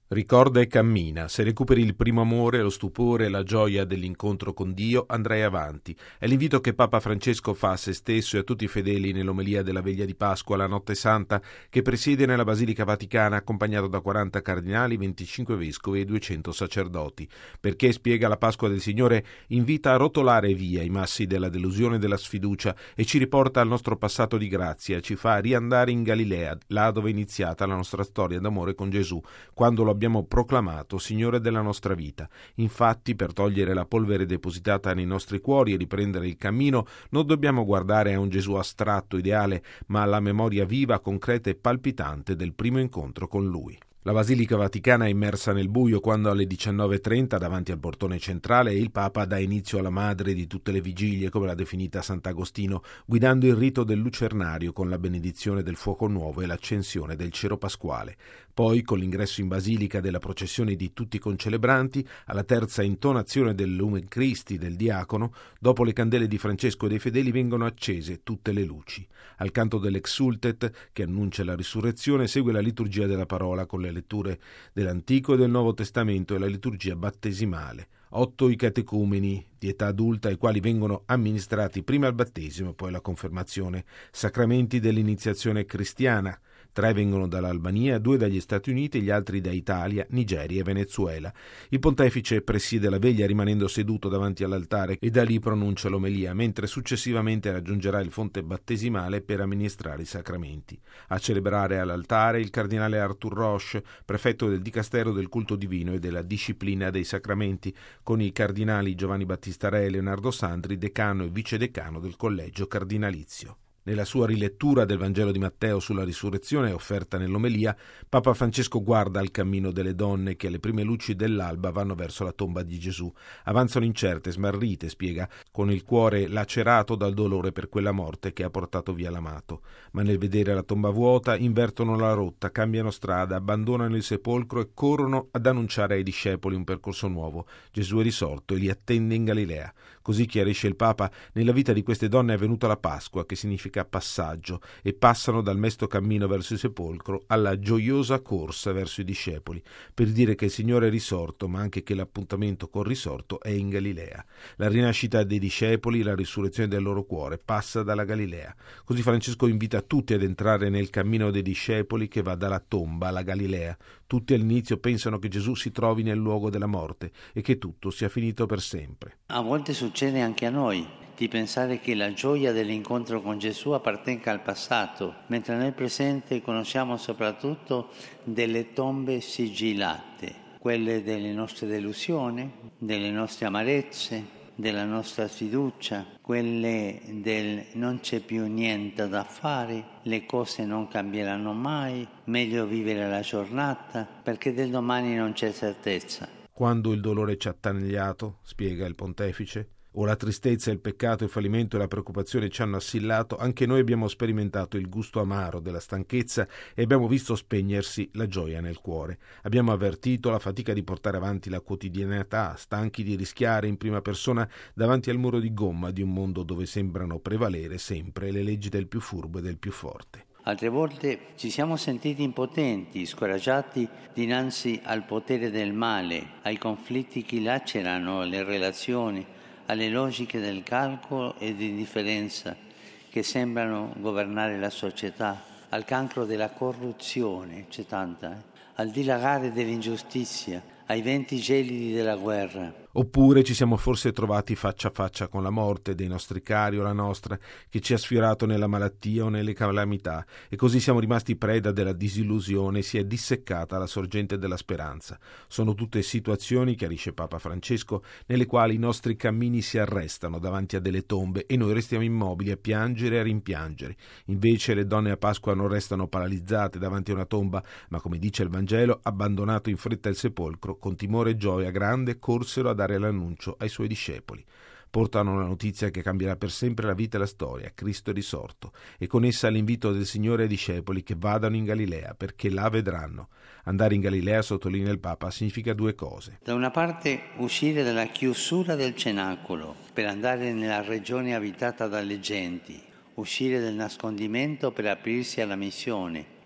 Ricorda e cammina. Se recuperi il primo amore, lo stupore e la gioia dell'incontro con Dio, andrai avanti. È l'invito che Papa Francesco fa a se stesso e a tutti i fedeli nell'omelia della veglia di Pasqua, la notte santa, che presiede nella Basilica Vaticana, accompagnato da 40 cardinali, 25 vescovi e 200 sacerdoti. Perché, spiega la Pasqua del Signore, invita a rotolare via i massi della delusione e della sfiducia e ci riporta al nostro passato di grazia, ci fa riandare in Galilea, là dove è iniziata la nostra storia d'amore con Gesù, quando lo abbiamo proclamato Signore della nostra vita. Infatti, per togliere la polvere depositata nei nostri cuori e riprendere il cammino, non dobbiamo guardare a un Gesù astratto, ideale, ma alla memoria viva, concreta e palpitante del primo incontro con Lui. La Basilica Vaticana è immersa nel buio quando alle 19:30, davanti al portone centrale, il Papa dà inizio alla madre di tutte le vigilie, come l'ha definita Sant'Agostino, guidando il rito del lucernario con la benedizione del fuoco nuovo e l'accensione del cero pasquale. Poi, con l'ingresso in basilica della processione di tutti i concelebranti, alla terza intonazione del Lumen Christi del diacono, dopo le candele di Francesco e dei fedeli vengono accese tutte le luci. Al canto dell'Exsultet, che annuncia la risurrezione, segue la liturgia della parola con le letture dell'Antico e del Nuovo Testamento e la liturgia battesimale. 8 i catecumeni di età adulta, ai quali vengono amministrati prima il battesimo e poi la confermazione, sacramenti dell'iniziazione cristiana. 3 vengono dall'Albania, 2 dagli Stati Uniti e gli altri da Italia, Nigeria e Venezuela. Il pontefice presiede la veglia rimanendo seduto davanti all'altare e da lì pronuncia l'omelia, mentre successivamente raggiungerà il fonte battesimale per amministrare i sacramenti. A celebrare all'altare il cardinale Arthur Roche, prefetto del Dicastero del Culto Divino e della Disciplina dei Sacramenti, con i cardinali Giovanni Battista Re e Leonardo Sandri, decano e vicedecano del Collegio Cardinalizio. Nella sua rilettura del Vangelo di Matteo sulla risurrezione offerta nell'omelia, Papa Francesco guarda al cammino delle donne che alle prime luci dell'alba vanno verso la tomba di Gesù. Avanzano incerte, smarrite, spiega, con il cuore lacerato dal dolore per quella morte che ha portato via l'amato. Ma nel vedere la tomba vuota invertono la rotta, cambiano strada, abbandonano il sepolcro e corrono ad annunciare ai discepoli un percorso nuovo. Gesù è risorto e li attende in Galilea. Così chiarisce il Papa, nella vita di queste donne è venuta la Pasqua, che significa passaggio, e passano dal mesto cammino verso il sepolcro alla gioiosa corsa verso i discepoli, per dire che il Signore è risorto, ma anche che l'appuntamento col risorto è in Galilea. La rinascita dei discepoli, la risurrezione del loro cuore, passa dalla Galilea. Così Francesco invita tutti ad entrare nel cammino dei discepoli che va dalla tomba alla Galilea. Tutti all'inizio pensano che Gesù si trovi nel luogo della morte e che tutto sia finito per sempre. A volte succede anche a noi di pensare che la gioia dell'incontro con Gesù appartenga al passato, mentre nel presente conosciamo soprattutto delle tombe sigillate, quelle delle nostre delusioni, delle nostre amarezze, della nostra sfiducia, quelle del non c'è più niente da fare, le cose non cambieranno mai, meglio vivere la giornata perché del domani non c'è certezza. Quando il dolore ci ha attanagliato, spiega il pontefice, o la tristezza, il peccato, il fallimento e la preoccupazione ci hanno assillato, anche noi abbiamo sperimentato il gusto amaro della stanchezza e abbiamo visto spegnersi la gioia nel cuore. Abbiamo avvertito la fatica di portare avanti la quotidianità, stanchi di rischiare in prima persona davanti al muro di gomma di un mondo dove sembrano prevalere sempre le leggi del più furbo e del più forte. Altre volte ci siamo sentiti impotenti, scoraggiati dinanzi al potere del male, ai conflitti che lacerano le relazioni, alle logiche del calcolo e dell'indifferenza che sembrano governare la società, al cancro della corruzione, c'è tanta, al dilagare dell'ingiustizia, ai venti gelidi della guerra. Oppure ci siamo forse trovati faccia a faccia con la morte dei nostri cari o la nostra, che ci ha sfiorato nella malattia o nelle calamità, e così siamo rimasti preda della disillusione e si è disseccata la sorgente della speranza. Sono tutte situazioni, chiarisce Papa Francesco, nelle quali i nostri cammini si arrestano davanti a delle tombe e noi restiamo immobili a piangere e a rimpiangere. Invece le donne a Pasqua non restano paralizzate davanti a una tomba, ma come dice il Vangelo, abbandonato in fretta il sepolcro, con timore e gioia grande corsero a dare l'annuncio ai suoi discepoli. Portano la notizia che cambierà per sempre la vita e la storia, Cristo è risorto, e con essa l'invito del Signore ai discepoli che vadano in Galilea, perché là vedranno. Andare in Galilea, sottolinea il Papa, significa due cose. Da una parte uscire dalla chiusura del cenacolo per andare nella regione abitata dalle genti, uscire dal nascondimento per aprirsi alla missione,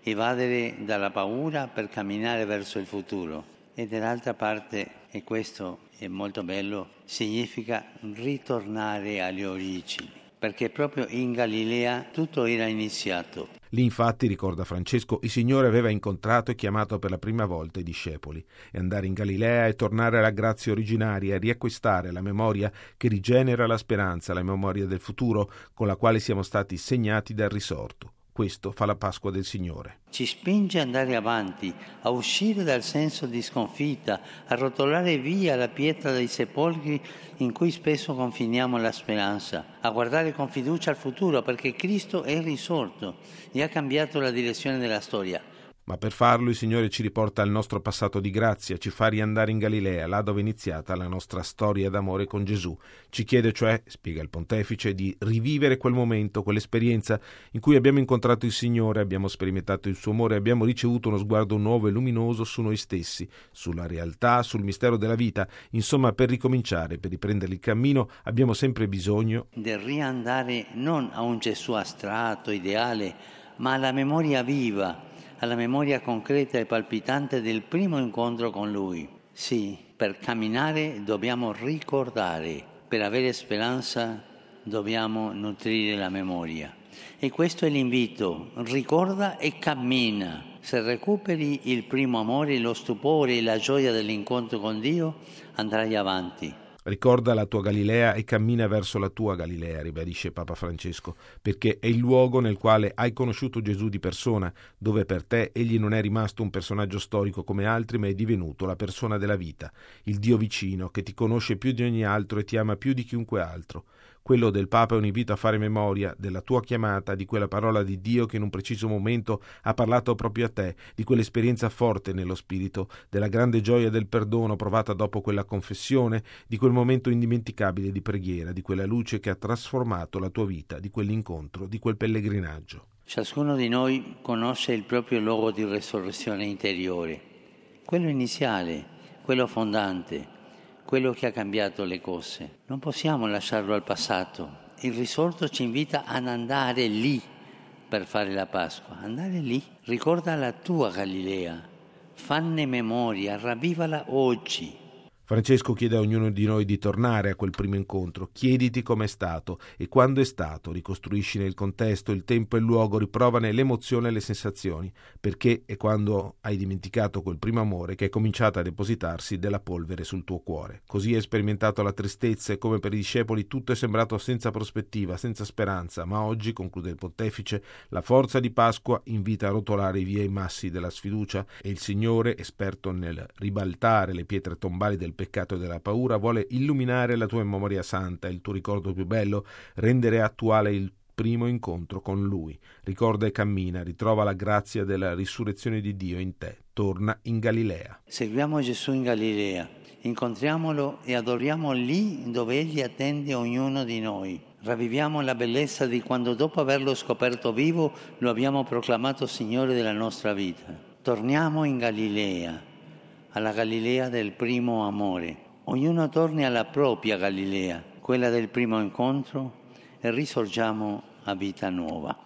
evadere dalla paura per camminare verso il futuro. E dall'altra parte, e questo è molto bello, significa ritornare alle origini, perché proprio in Galilea tutto era iniziato. Lì infatti, ricorda Francesco, il Signore aveva incontrato e chiamato per la prima volta i discepoli. E andare in Galilea e tornare alla grazia originaria e riacquistare la memoria che rigenera la speranza, la memoria del futuro con la quale siamo stati segnati dal risorto. Questo fa la Pasqua del Signore. Ci spinge ad andare avanti, a uscire dal senso di sconfitta, a rotolare via la pietra dei sepolcri in cui spesso confiniamo la speranza, a guardare con fiducia al futuro perché Cristo è risorto e ha cambiato la direzione della storia. Ma per farlo il Signore ci riporta al nostro passato di grazia, ci fa riandare in Galilea, là dove è iniziata la nostra storia d'amore con Gesù. Ci chiede cioè, spiega il Pontefice, di rivivere quel momento, quell'esperienza in cui abbiamo incontrato il Signore, abbiamo sperimentato il suo amore, abbiamo ricevuto uno sguardo nuovo e luminoso su noi stessi, sulla realtà, sul mistero della vita. Insomma, per ricominciare, per riprendere il cammino, abbiamo sempre bisogno di riandare non a un Gesù astratto, ideale, ma alla memoria viva, alla memoria concreta e palpitante del primo incontro con Lui. Sì, per camminare dobbiamo ricordare, per avere speranza dobbiamo nutrire la memoria. E questo è l'invito, ricorda e cammina. Se recuperi il primo amore, lo stupore e la gioia dell'incontro con Dio, andrai avanti. Ricorda la tua Galilea e cammina verso la tua Galilea, ribadisce Papa Francesco, perché è il luogo nel quale hai conosciuto Gesù di persona, dove per te egli non è rimasto un personaggio storico come altri, ma è divenuto la persona della vita, il Dio vicino, che ti conosce più di ogni altro e ti ama più di chiunque altro. Quello del Papa è un invito a fare memoria della tua chiamata, di quella parola di Dio che in un preciso momento ha parlato proprio a te, di quell'esperienza forte nello spirito, della grande gioia del perdono provata dopo quella confessione, di quel momento indimenticabile di preghiera, di quella luce che ha trasformato la tua vita, di quell'incontro, di quel pellegrinaggio. Ciascuno di noi conosce il proprio luogo di resurrezione interiore, quello iniziale, quello fondante, quello che ha cambiato le cose. Non possiamo lasciarlo al passato. Il risorto ci invita ad andare lì per fare la Pasqua. Andare lì. Ricorda la tua Galilea. Fanne memoria, ravvivala oggi. Francesco chiede a ognuno di noi di tornare a quel primo incontro. Chiediti com'è stato e quando è stato, ricostruisci nel contesto il tempo e il luogo, riprovane l'emozione e le sensazioni, perché è quando hai dimenticato quel primo amore che è cominciata a depositarsi della polvere sul tuo cuore. Così hai sperimentato la tristezza e come per i discepoli tutto è sembrato senza prospettiva, senza speranza, ma oggi, conclude il Pontefice, la forza di Pasqua invita a rotolare via i massi della sfiducia e il Signore, esperto nel ribaltare le pietre tombali del peccato e della paura, vuole illuminare la tua memoria santa, il tuo ricordo più bello, rendere attuale il primo incontro con Lui. Ricorda e cammina, ritrova la grazia della risurrezione di Dio in te. Torna in Galilea. Seguiamo Gesù in Galilea, incontriamolo e adoriamo lì dove Egli attende ognuno di noi. Ravviviamo la bellezza di quando dopo averlo scoperto vivo lo abbiamo proclamato Signore della nostra vita. Torniamo in Galilea, alla Galilea del primo amore. Ognuno torni alla propria Galilea, quella del primo incontro, e risorgiamo a vita nuova.